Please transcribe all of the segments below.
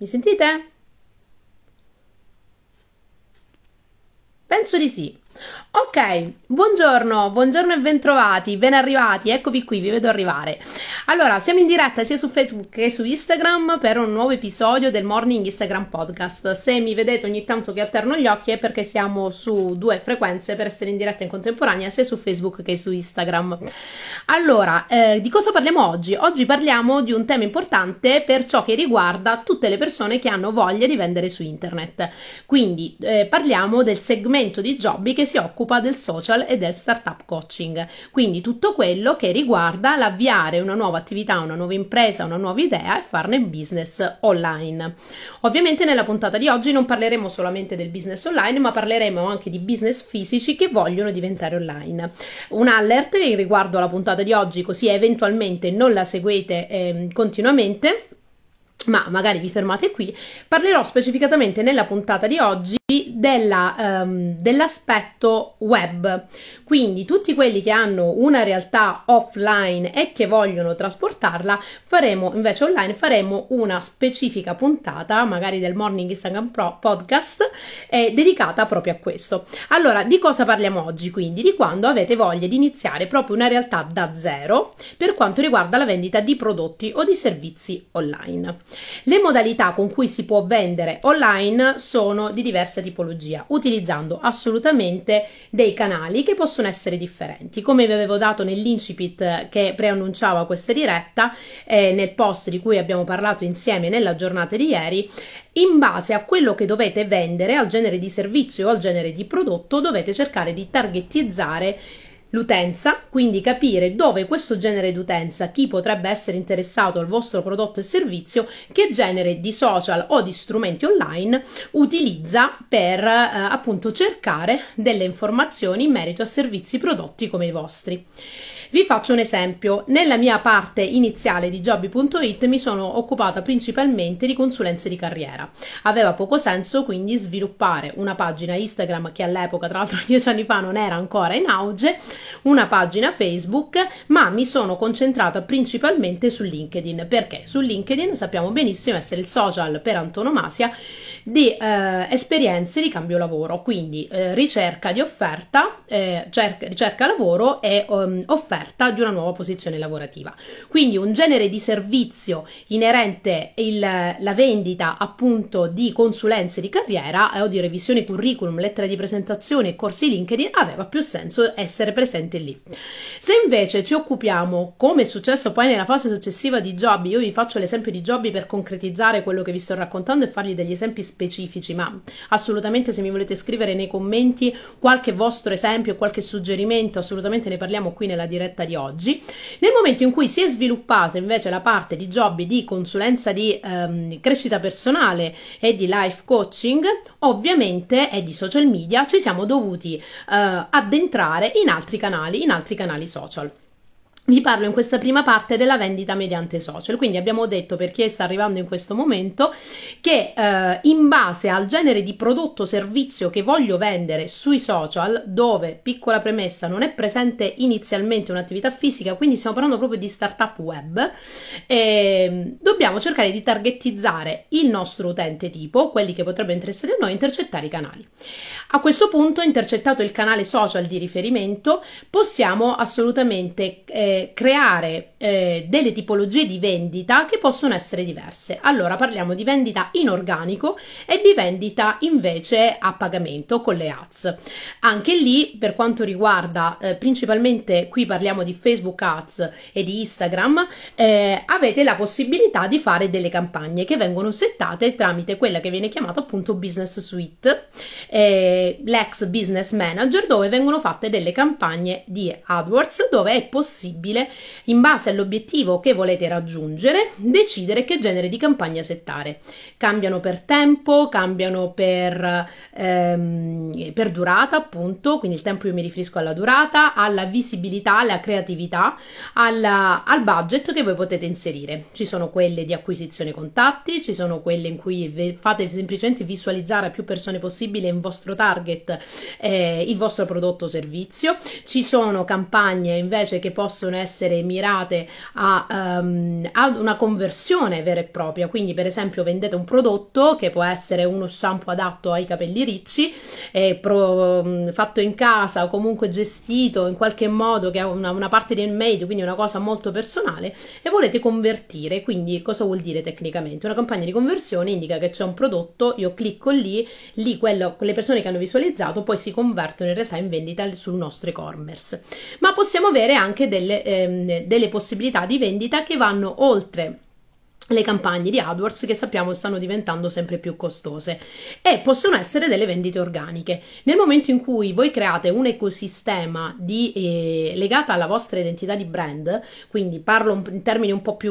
Mi sentite? Penso di sì. Ok, buongiorno e bentrovati, ben arrivati, eccovi qui, vi vedo arrivare. Allora, siamo in diretta sia su Facebook che su Instagram per un nuovo episodio del Morning Instagram Podcast. Se mi vedete ogni tanto che alterno gli occhi è perché siamo su due frequenze per essere in diretta in contemporanea sia su Facebook che su Instagram. Allora, di cosa parliamo oggi? Oggi parliamo di un tema importante per ciò che riguarda tutte le persone che hanno voglia di vendere su internet. Quindi parliamo del segmento di Jobby che si occupa del social e del startup coaching, quindi tutto quello che riguarda l'avviare una nuova attività, una nuova impresa, una nuova idea e farne business online. Ovviamente nella puntata di oggi non parleremo solamente del business online, ma parleremo anche di business fisici che vogliono diventare online. Un alert riguardo alla puntata di oggi, così eventualmente non la seguite continuamente, ma magari vi fermate qui. Parlerò specificatamente nella puntata di oggi dell'aspetto web, quindi tutti quelli che hanno una realtà offline e che vogliono trasportarla, faremo invece online, faremo una specifica puntata magari del Morning Instagram Podcast dedicata proprio a questo. Allora, di cosa parliamo oggi? Quindi di quando avete voglia di iniziare proprio una realtà da zero per quanto riguarda la vendita di prodotti o di servizi online. Le modalità con cui si può vendere online sono di diversa tipologia, utilizzando assolutamente dei canali che possono essere differenti. Come vi avevo dato nell'incipit che preannunciava questa diretta, nel post di cui abbiamo parlato insieme nella giornata di ieri, in base a quello che dovete vendere, al genere di servizio o al genere di prodotto, dovete cercare di targetizzare l'utenza, quindi capire dove questo genere di utenza, chi potrebbe essere interessato al vostro prodotto e servizio, che genere di social o di strumenti online utilizza per appunto cercare delle informazioni in merito a servizi prodotti come i vostri. Vi faccio un esempio. Nella mia parte iniziale di Jobby.it mi sono occupata principalmente di consulenze di carriera. Aveva poco senso quindi sviluppare una pagina Instagram che all'epoca, tra l'altro 10 anni fa, non era ancora in auge, una pagina Facebook, ma mi sono concentrata principalmente su LinkedIn, perché su LinkedIn sappiamo benissimo essere il social per antonomasia di esperienze di cambio lavoro, quindi ricerca di offerta, ricerca lavoro e offerta di una nuova posizione lavorativa. Quindi un genere di servizio inerente la vendita appunto di consulenze di carriera o di revisione curriculum, lettera di presentazione e corsi LinkedIn aveva più senso essere presente lì. Se invece ci occupiamo, come è successo poi nella fase successiva di Jobby, io vi faccio l'esempio di Jobby per concretizzare quello che vi sto raccontando e fargli degli esempi specifici, ma assolutamente se mi volete scrivere nei commenti qualche vostro esempio, qualche suggerimento, assolutamente ne parliamo qui nella diretta di oggi. Nel momento in cui si è sviluppata invece la parte di Jobby di consulenza di crescita personale e di life coaching, ovviamente, e di social media, ci siamo dovuti addentrare in altri canali social. Vi parlo in questa prima parte della vendita mediante social, quindi abbiamo detto, per chi sta arrivando in questo momento, che in base al genere di prodotto o servizio che voglio vendere sui social, dove, piccola premessa, non è presente inizialmente un'attività fisica, quindi stiamo parlando proprio di startup web, dobbiamo cercare di targetizzare il nostro utente tipo, quelli che potrebbero interessare a noi, intercettare i canali. A questo punto, intercettato il canale social di riferimento, possiamo assolutamente creare delle tipologie di vendita che possono essere diverse. Allora parliamo di vendita in organico e di vendita invece a pagamento con le ads. Anche lì, per quanto riguarda principalmente, qui parliamo di Facebook Ads e di Instagram, avete la possibilità di fare delle campagne che vengono settate tramite quella che viene chiamata appunto Business Suite, l'ex Business Manager, dove vengono fatte delle campagne di AdWords, dove è possibile, in base all'obiettivo che volete raggiungere, decidere che genere di campagna settare. Cambiano per tempo, cambiano per durata, appunto, quindi il tempo io mi riferisco alla durata, alla visibilità, alla creatività, al budget che voi potete inserire. Ci sono quelle di acquisizione contatti, ci sono quelle in cui fate semplicemente visualizzare a più persone possibile in vostro target il vostro prodotto o servizio, ci sono campagne invece che possono essere mirate a una conversione vera e propria. Quindi per esempio vendete un prodotto che può essere uno shampoo adatto ai capelli ricci, fatto in casa o comunque gestito in qualche modo, che ha una parte di handmade, quindi una cosa molto personale, e volete convertire. Quindi cosa vuol dire tecnicamente? Una campagna di conversione indica che c'è un prodotto, io clicco lì quelle persone che hanno visualizzato poi si convertono in realtà in vendita sul nostro e-commerce. Ma possiamo avere anche delle possibilità di vendita che vanno oltre le campagne di AdWords, che sappiamo stanno diventando sempre più costose, e possono essere delle vendite organiche. Nel momento in cui voi create un ecosistema legata alla vostra identità di brand, quindi parlo in termini un po'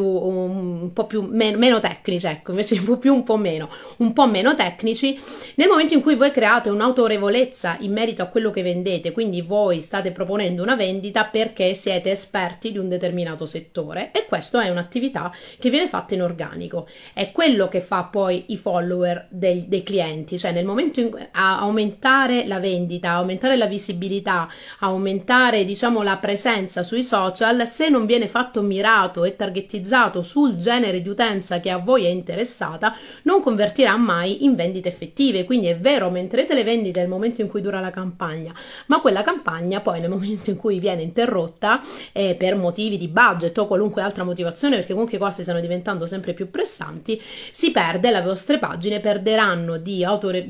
meno tecnici, ecco, invece un po' meno tecnici, nel momento in cui voi create un'autorevolezza in merito a quello che vendete, quindi voi state proponendo una vendita perché siete esperti di un determinato settore, e questa è un'attività che viene fatta in organico, è quello che fa poi i follower dei clienti. Cioè nel momento in cui aumentare la vendita, aumentare la visibilità, aumentare diciamo la presenza sui social, se non viene fatto mirato e targetizzato sul genere di utenza che a voi è interessata, non convertirà mai in vendite effettive. Quindi è vero, aumenterete le vendite nel momento in cui dura la campagna, ma quella campagna poi nel momento in cui viene interrotta per motivi di budget o qualunque altra motivazione, perché comunque i costi stanno diventando sempre più pressanti, si perde, le vostre pagine perderanno di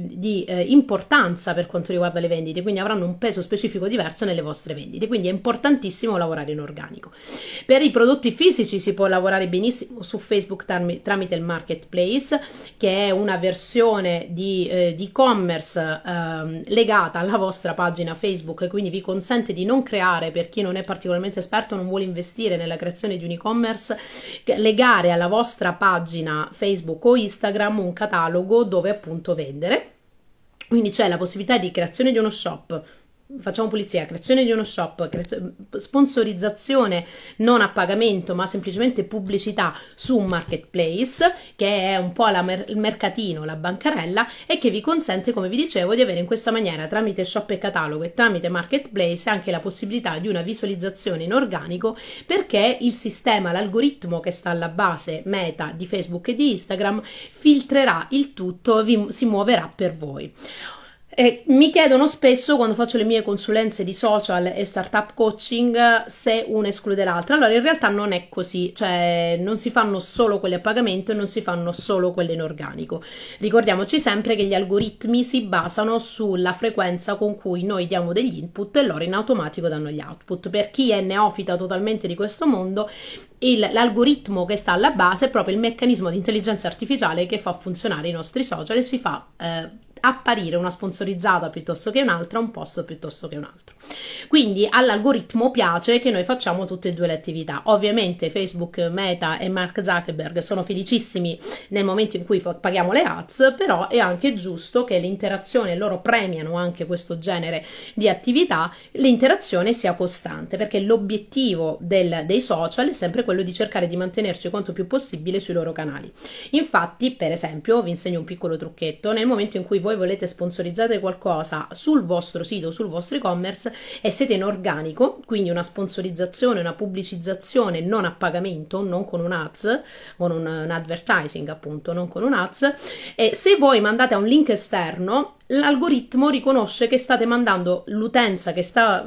importanza per quanto riguarda le vendite, quindi avranno un peso specifico diverso nelle vostre vendite. Quindi è importantissimo lavorare in organico. Per i prodotti fisici si può lavorare benissimo su Facebook tramite il marketplace, che è una versione di e-commerce legata alla vostra pagina Facebook, quindi vi consente di non creare, per chi non è particolarmente esperto, non vuole investire nella creazione di un e-commerce, legare alla vostra pagina Facebook o Instagram un catalogo dove appunto vendere. Quindi c'è la possibilità di creazione di uno shop, facciamo pulizia, creazione di uno shop, sponsorizzazione non a pagamento ma semplicemente pubblicità su un marketplace, che è un po' il mercatino, la bancarella, e che vi consente, come vi dicevo, di avere in questa maniera, tramite shop e catalogo e tramite marketplace, anche la possibilità di una visualizzazione in organico, perché il sistema, l'algoritmo che sta alla base Meta di Facebook e di Instagram filtrerà il tutto, si muoverà per voi. Mi chiedono spesso, quando faccio le mie consulenze di social e startup coaching, se una esclude l'altra. Allora in realtà non è così, cioè non si fanno solo quelle a pagamento e non si fanno solo quelle in organico. Ricordiamoci sempre che gli algoritmi si basano sulla frequenza con cui noi diamo degli input e loro in automatico danno gli output. Per chi è neofita totalmente di questo mondo, l'algoritmo che sta alla base è proprio il meccanismo di intelligenza artificiale che fa funzionare i nostri social e ci fa apparire una sponsorizzata piuttosto che un'altra, un post piuttosto che un altro. Quindi all'algoritmo piace che noi facciamo tutte e due le attività. Ovviamente Facebook, Meta e Mark Zuckerberg sono felicissimi nel momento in cui paghiamo le ads, però è anche giusto che l'interazione, loro premiano anche questo genere di attività, l'interazione sia costante, perché l'obiettivo dei social è sempre quello di cercare di mantenerci quanto più possibile sui loro canali. Infatti, per esempio, vi insegno un piccolo trucchetto: nel momento in cui voi volete sponsorizzare qualcosa sul vostro sito, sul vostro e-commerce, e siete in organico, quindi una sponsorizzazione, una pubblicizzazione non a pagamento, non con un ads, con un advertising appunto, non con un ads, e se voi mandate a un link esterno, l'algoritmo riconosce che state mandando l'utenza che sta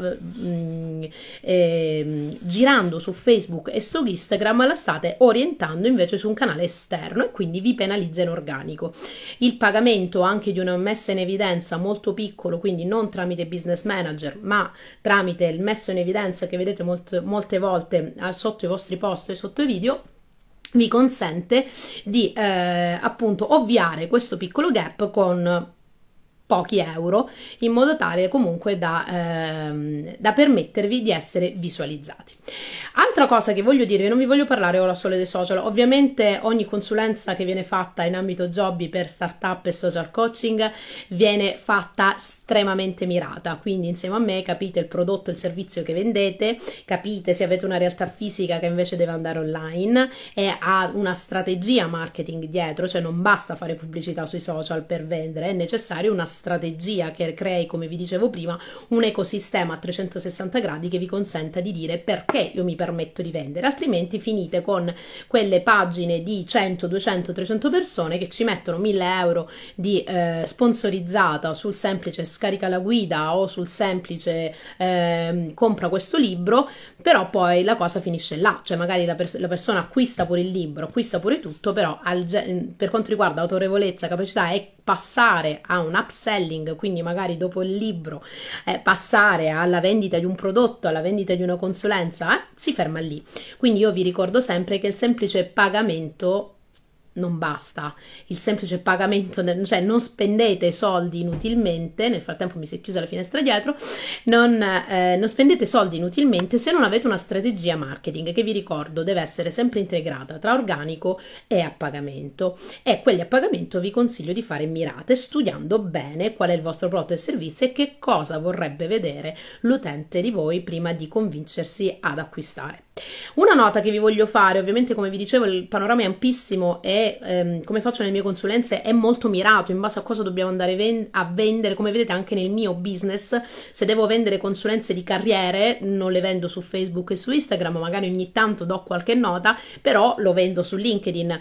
girando su Facebook e su Instagram, la state orientando invece su un canale esterno e quindi vi penalizza in organico. Il pagamento anche di una messa in evidenza molto piccolo, quindi non tramite Business Manager ma tramite il messo in evidenza che vedete molte volte sotto i vostri post e sotto i video, vi consente di appunto ovviare questo piccolo gap con pochi euro, in modo tale comunque da permettervi di essere visualizzati. Altra cosa che voglio dire, non vi voglio parlare ora solo dei social, ovviamente ogni consulenza che viene fatta in ambito Joby per startup e social coaching viene fatta estremamente mirata, quindi insieme a me capite il prodotto e il servizio che vendete, capite se avete una realtà fisica che invece deve andare online e ha una strategia marketing dietro, cioè non basta fare pubblicità sui social per vendere, è necessario una strategia che crei, come vi dicevo prima, un ecosistema a 360 gradi che vi consenta di dire perché io mi permetto di vendere, altrimenti finite con quelle pagine di 100, 200, 300 persone che ci mettono 1.000 € di sponsorizzata sul semplice scarica la guida o sul semplice compra questo libro, però poi la cosa finisce là, cioè magari la persona acquista pure il libro, acquista pure tutto, però per quanto riguarda autorevolezza, capacità è passare a un upselling, quindi magari dopo il libro passare alla vendita di un prodotto, alla vendita di una consulenza, si ferma lì. Quindi io vi ricordo sempre che il semplice pagamento non basta, il semplice pagamento, cioè non spendete soldi inutilmente, nel frattempo mi si è chiusa la finestra dietro, non spendete soldi inutilmente se non avete una strategia marketing che vi ricordo deve essere sempre integrata tra organico e a pagamento, e quelli a pagamento vi consiglio di fare mirate studiando bene qual è il vostro prodotto e servizio e che cosa vorrebbe vedere l'utente di voi prima di convincersi ad acquistare. Una nota che vi voglio fare, ovviamente come vi dicevo il panorama è ampissimo e come faccio nelle mie consulenze è molto mirato in base a cosa dobbiamo andare a vendere. Come vedete anche nel mio business, se devo vendere consulenze di carriere non le vendo su Facebook e su Instagram, magari ogni tanto do qualche nota, però lo vendo su LinkedIn.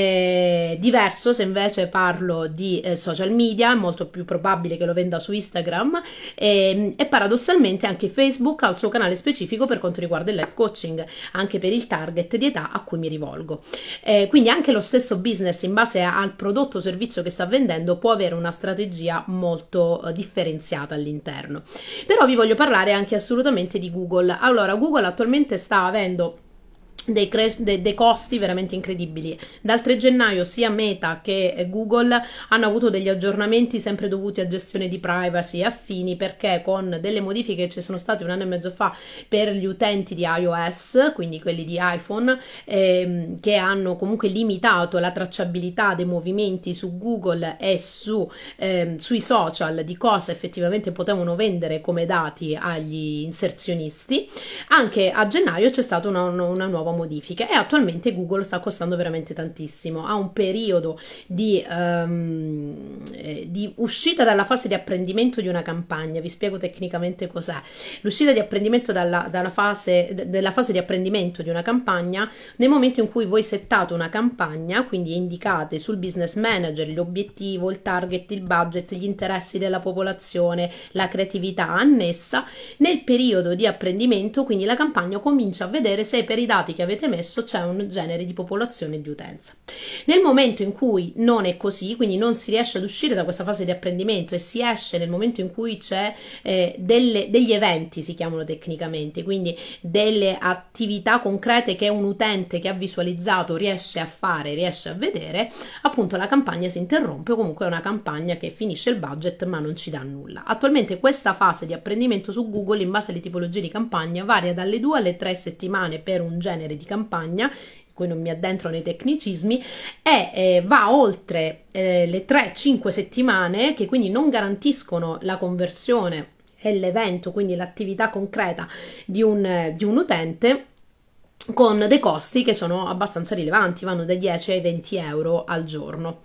Diverso se invece parlo di social media, è molto più probabile che lo venda su Instagram, e paradossalmente anche Facebook ha il suo canale specifico per quanto riguarda il life coaching, anche per il target di età a cui mi rivolgo. Quindi anche lo stesso business in base al prodotto o servizio che sta vendendo può avere una strategia molto differenziata all'interno. Però vi voglio parlare anche assolutamente di Google. Allora, Google attualmente sta avendo dei costi veramente incredibili. Dal 3 gennaio sia Meta che Google hanno avuto degli aggiornamenti sempre dovuti a gestione di privacy e affini, perché con delle modifiche che ci sono state un anno e mezzo fa per gli utenti di iOS, quindi quelli di iPhone, che hanno comunque limitato la tracciabilità dei movimenti su Google e sui social di cosa effettivamente potevano vendere come dati agli inserzionisti, anche a gennaio c'è stata una nuova modifica e attualmente Google sta costando veramente tantissimo. Ha un periodo di uscita dalla fase di apprendimento di una campagna. Vi spiego tecnicamente cos'è. L'uscita di apprendimento della fase di apprendimento di una campagna nel momento in cui voi settate una campagna, quindi indicate sul business manager l'obiettivo, il target, il budget, gli interessi della popolazione, la creatività annessa. Nel periodo di apprendimento, quindi la campagna comincia a vedere se per i dati che avete messo c'è un genere di popolazione di utenza. Nel momento in cui non è così, quindi non si riesce ad uscire da questa fase di apprendimento e si esce nel momento in cui c'è degli eventi, si chiamano tecnicamente, quindi delle attività concrete che un utente che ha visualizzato riesce a fare, riesce a vedere, appunto la campagna si interrompe, o comunque è una campagna che finisce il budget ma non ci dà nulla. Attualmente questa fase di apprendimento su Google, in base alle tipologie di campagna, varia dalle 2 alle 3 settimane per un genere di campagna, in cui non mi addentro nei tecnicismi, e va oltre le 3-5 settimane, che quindi non garantiscono la conversione e l'evento, quindi l'attività concreta di un utente, con dei costi che sono abbastanza rilevanti, vanno dai 10 ai 20 euro al giorno.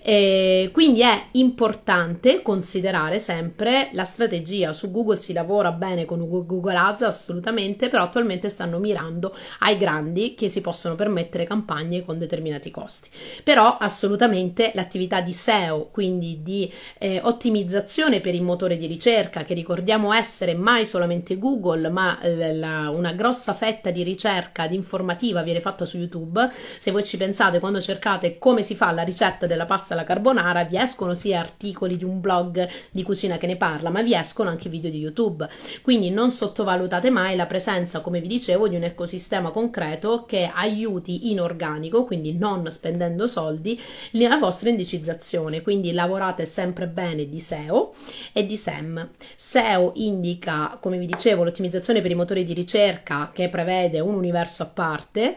Quindi è importante considerare sempre la strategia. Su Google si lavora bene con Google Ads, assolutamente, però attualmente stanno mirando ai grandi che si possono permettere campagne con determinati costi. Però assolutamente l'attività di SEO, quindi di ottimizzazione per il motore di ricerca, che ricordiamo essere mai solamente Google, ma una grossa fetta di ricerca di informativa viene fatta su YouTube. Se voi ci pensate, quando cercate come si fa la ricetta della pasta alla carbonara, vi escono sia articoli di un blog di cucina che ne parla, ma vi escono anche video di YouTube. Quindi non sottovalutate mai la presenza, come vi dicevo, di un ecosistema concreto che aiuti in organico, quindi non spendendo soldi, la vostra indicizzazione. Quindi lavorate sempre bene di SEO e di SEM. SEO indica, come vi dicevo, l'ottimizzazione per i motori di ricerca, che prevede un universo discorso a parte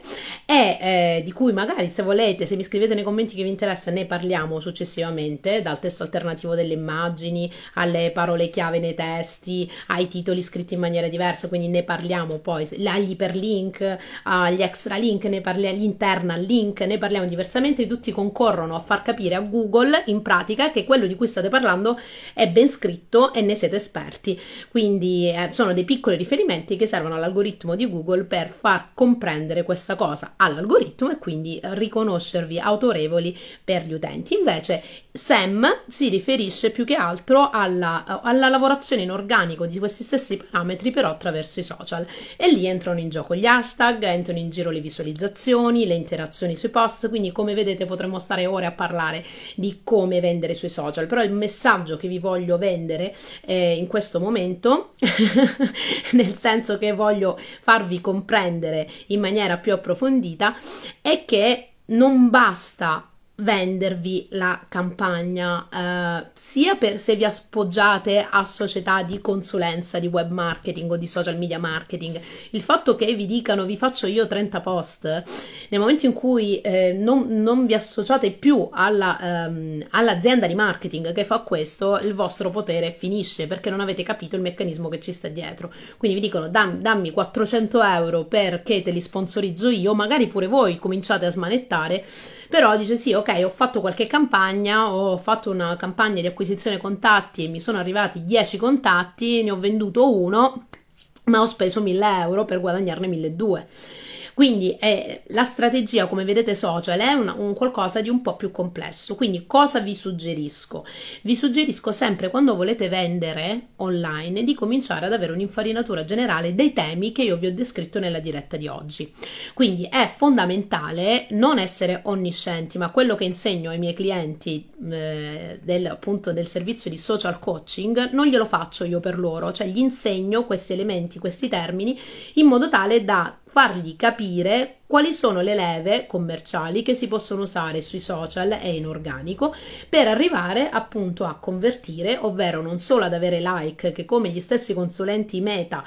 e di cui magari se volete, se mi scrivete nei commenti che vi interessa, ne parliamo successivamente, dal testo alternativo delle immagini alle parole chiave nei testi, ai titoli scritti in maniera diversa, quindi ne parliamo poi, agli iperlink, agli extra link, ne parliamo, agli internal link, ne parliamo diversamente, tutti concorrono a far capire a Google in pratica che quello di cui state parlando è ben scritto e ne siete esperti. Quindi sono dei piccoli riferimenti che servono all'algoritmo di Google per far comprendere questa cosa all'algoritmo e quindi riconoscervi autorevoli per gli utenti. Invece SEM si riferisce più che altro alla lavorazione in organico di questi stessi parametri, però attraverso i social, e lì entrano in gioco gli hashtag, entrano in giro le visualizzazioni, le interazioni sui post. Quindi come vedete potremmo stare ore a parlare di come vendere sui social, però il messaggio che vi voglio vendere in questo momento nel senso che voglio farvi comprendere in maniera più approfondita è che non basta vendervi la campagna, sia per se vi appoggiate a società di consulenza di web marketing o di social media marketing. Il fatto che vi dicano vi faccio io 30 post, nel momento in cui non vi associate più all'azienda di marketing che fa questo, il vostro potere finisce, perché non avete capito il meccanismo che ci sta dietro. Quindi vi dicono dammi 400 euro perché te li sponsorizzo io, magari pure voi cominciate a smanettare, però dice sì, ok, ho fatto qualche campagna, ho fatto una campagna di acquisizione contatti e mi sono arrivati 10 contatti, ne ho venduto uno, ma ho speso 1.000 euro per guadagnarne 1.200. Quindi la strategia, come vedete, social è un qualcosa di un po' più complesso. Quindi cosa vi suggerisco? Vi suggerisco sempre, quando volete vendere online, di cominciare ad avere un'infarinatura generale dei temi che io vi ho descritto nella diretta di oggi. Quindi è fondamentale non essere onniscienti, ma quello che insegno ai miei clienti appunto del servizio di social coaching non glielo faccio io per loro, cioè gli insegno questi elementi, questi termini, in modo tale da fargli capire quali sono le leve commerciali che si possono usare sui social e in organico per arrivare appunto a convertire, ovvero non solo ad avere like, che come gli stessi consulenti Meta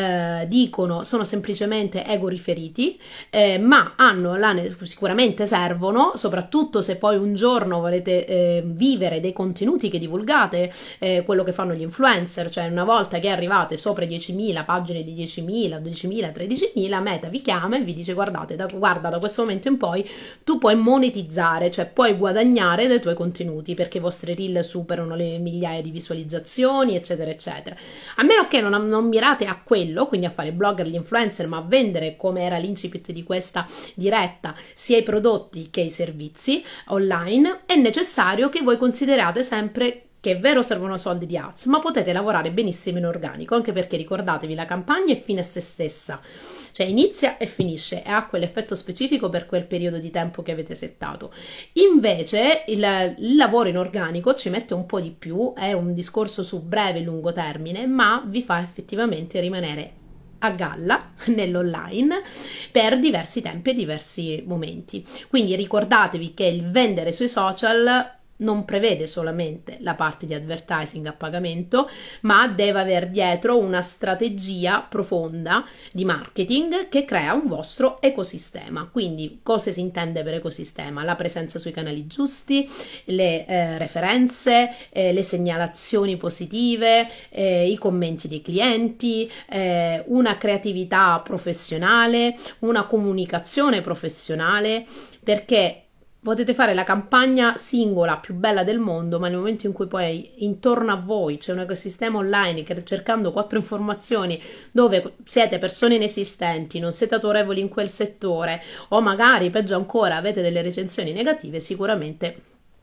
dicono sono semplicemente ego riferiti, ma sicuramente servono, soprattutto se poi un giorno volete vivere dei contenuti che divulgate, quello che fanno gli influencer, cioè una volta che arrivate sopra 10.000 pagine di 10.000, 12.000, 13.000, Meta vi chiama e vi dice guarda, da questo momento in poi tu puoi monetizzare, cioè puoi guadagnare dai tuoi contenuti perché i vostri reel superano le migliaia di visualizzazioni, eccetera eccetera. A meno che non mirate a quello, quindi a fare blogger, gli influencer, ma a vendere, come era l'incipit di questa diretta, sia i prodotti che i servizi online, è necessario che voi considerate sempre che è vero servono soldi di ads, ma potete lavorare benissimo in organico, anche perché ricordatevi, la campagna è fine a se stessa, cioè inizia e finisce e ha quell'effetto specifico per quel periodo di tempo che avete settato. Invece il lavoro in organico ci mette un po' di più, è un discorso su breve e lungo termine, ma vi fa effettivamente rimanere a galla nell'online per diversi tempi e diversi momenti. Quindi ricordatevi che il vendere sui social non prevede solamente la parte di advertising a pagamento, ma deve aver dietro una strategia profonda di marketing che crea un vostro ecosistema. Quindi cosa si intende per ecosistema? La presenza sui canali giusti, le referenze, le segnalazioni positive, i commenti dei clienti, una creatività professionale, una comunicazione professionale, perché potete fare la campagna singola più bella del mondo, ma nel momento in cui poi intorno a voi c'è un ecosistema online che, cercando 4 informazioni dove siete persone inesistenti, non siete autorevoli in quel settore, o magari peggio ancora avete delle recensioni negative, sicuramente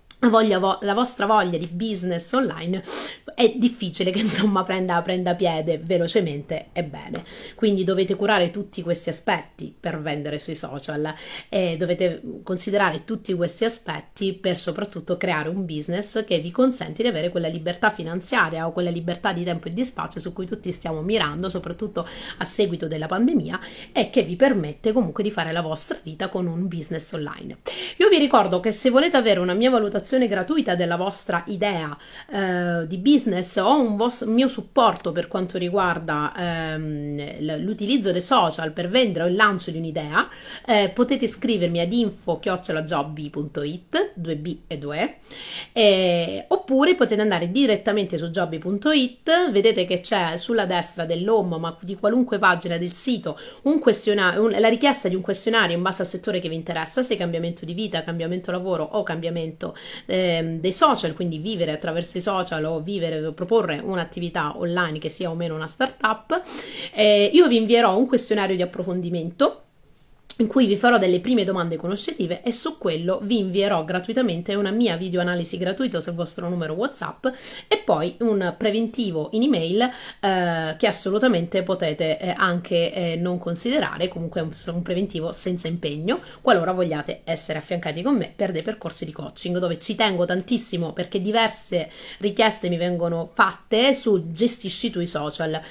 la vostra voglia di business online è difficile che insomma prenda piede velocemente e bene. Quindi dovete curare tutti questi aspetti per vendere sui social e dovete considerare tutti questi aspetti per soprattutto creare un business che vi consente di avere quella libertà finanziaria o quella libertà di tempo e di spazio su cui tutti stiamo mirando, soprattutto a seguito della pandemia, e che vi permette comunque di fare la vostra vita con un business online. Io vi ricordo che se volete avere una mia valutazione validazione gratuita della vostra idea di business o un mio supporto per quanto riguarda l'utilizzo dei social per vendere o il lancio di un'idea, potete scrivermi ad info@jobby.it, 2b e 2 oppure potete andare direttamente su jobby.it. Vedete che c'è sulla destra dell'home, ma di qualunque pagina del sito, un questionario, la richiesta di un questionario in base al settore che vi interessa, se cambiamento di vita, cambiamento lavoro o cambiamento dei social, quindi vivere attraverso i social o proporre un'attività online che sia o meno una startup. Io vi invierò un questionario di approfondimento in cui vi farò delle prime domande conoscitive e su quello vi invierò gratuitamente una mia videoanalisi gratuita sul vostro numero WhatsApp e poi un preventivo in email che assolutamente potete anche non considerare, comunque un preventivo senza impegno, qualora vogliate essere affiancati con me per dei percorsi di coaching, dove ci tengo tantissimo perché diverse richieste mi vengono fatte su gestisci tu i social.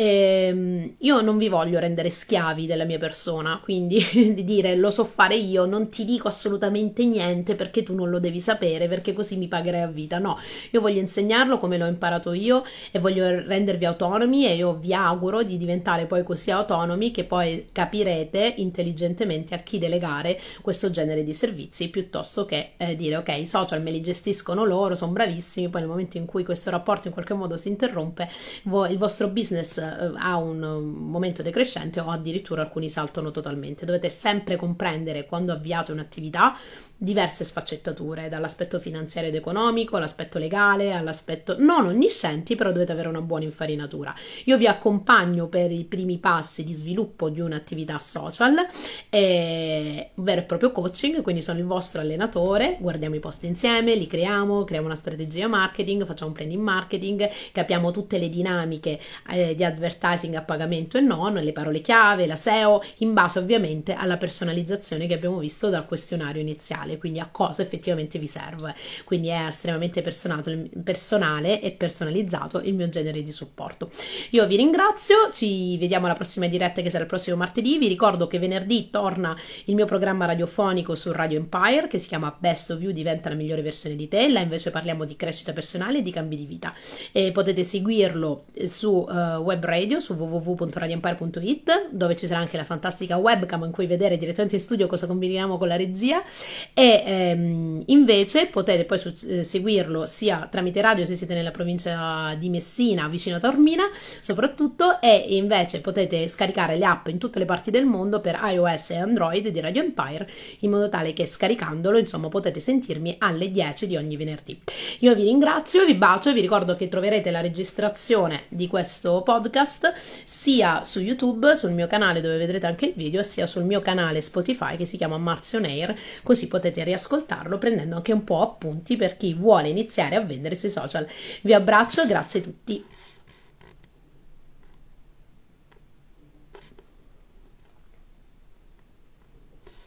Io non vi voglio rendere schiavi della mia persona, quindi di dire lo so fare io, non ti dico assolutamente niente perché tu non lo devi sapere, perché così mi pagherai a vita. No, io voglio insegnarlo come l'ho imparato io e voglio rendervi autonomi, e io vi auguro di diventare poi così autonomi che poi capirete intelligentemente a chi delegare questo genere di servizi, piuttosto che dire ok, i social me li gestiscono loro, sono bravissimi, poi nel momento in cui questo rapporto in qualche modo si interrompe, il vostro business ha un momento decrescente o addirittura alcuni saltano totalmente. Dovete sempre comprendere, quando avviate un'attività, diverse sfaccettature, dall'aspetto finanziario ed economico all'aspetto legale, all'aspetto non onniscienti, però dovete avere una buona infarinatura. Io vi accompagno per i primi passi di sviluppo di un'attività social, vero e proprio coaching, quindi sono il vostro allenatore, guardiamo i post insieme, li creiamo una strategia marketing, facciamo un planning marketing, capiamo tutte le dinamiche di advertising a pagamento e non, le parole chiave, la SEO, in base ovviamente alla personalizzazione che abbiamo visto dal questionario iniziale, quindi a cosa effettivamente vi serve. Quindi è estremamente personale e personalizzato il mio genere di supporto. Io vi ringrazio, ci vediamo alla prossima diretta, che sarà il prossimo martedì. Vi ricordo che venerdì torna il mio programma radiofonico su Radio Empire che si chiama Best of You, diventa la migliore versione di te. Là invece parliamo di crescita personale e di cambi di vita, e potete seguirlo su web radio, su www.radioempire.it, dove ci sarà anche la fantastica webcam in cui vedere direttamente in studio cosa combiniamo con la regia. E invece potete poi seguirlo sia tramite radio se siete nella provincia di Messina, vicino a Taormina soprattutto, e invece potete scaricare le app in tutte le parti del mondo per iOS e Android di Radio Empire, in modo tale che scaricandolo, insomma, potete sentirmi alle 10 di ogni venerdì. Io vi ringrazio, vi bacio, vi ricordo che troverete la registrazione di questo podcast sia su YouTube, sul mio canale dove vedrete anche il video, sia sul mio canale Spotify che si chiama Marzio On Air, così potete riascoltarlo prendendo anche un po' appunti per chi vuole iniziare a vendere sui social. Vi abbraccio, grazie a tutti.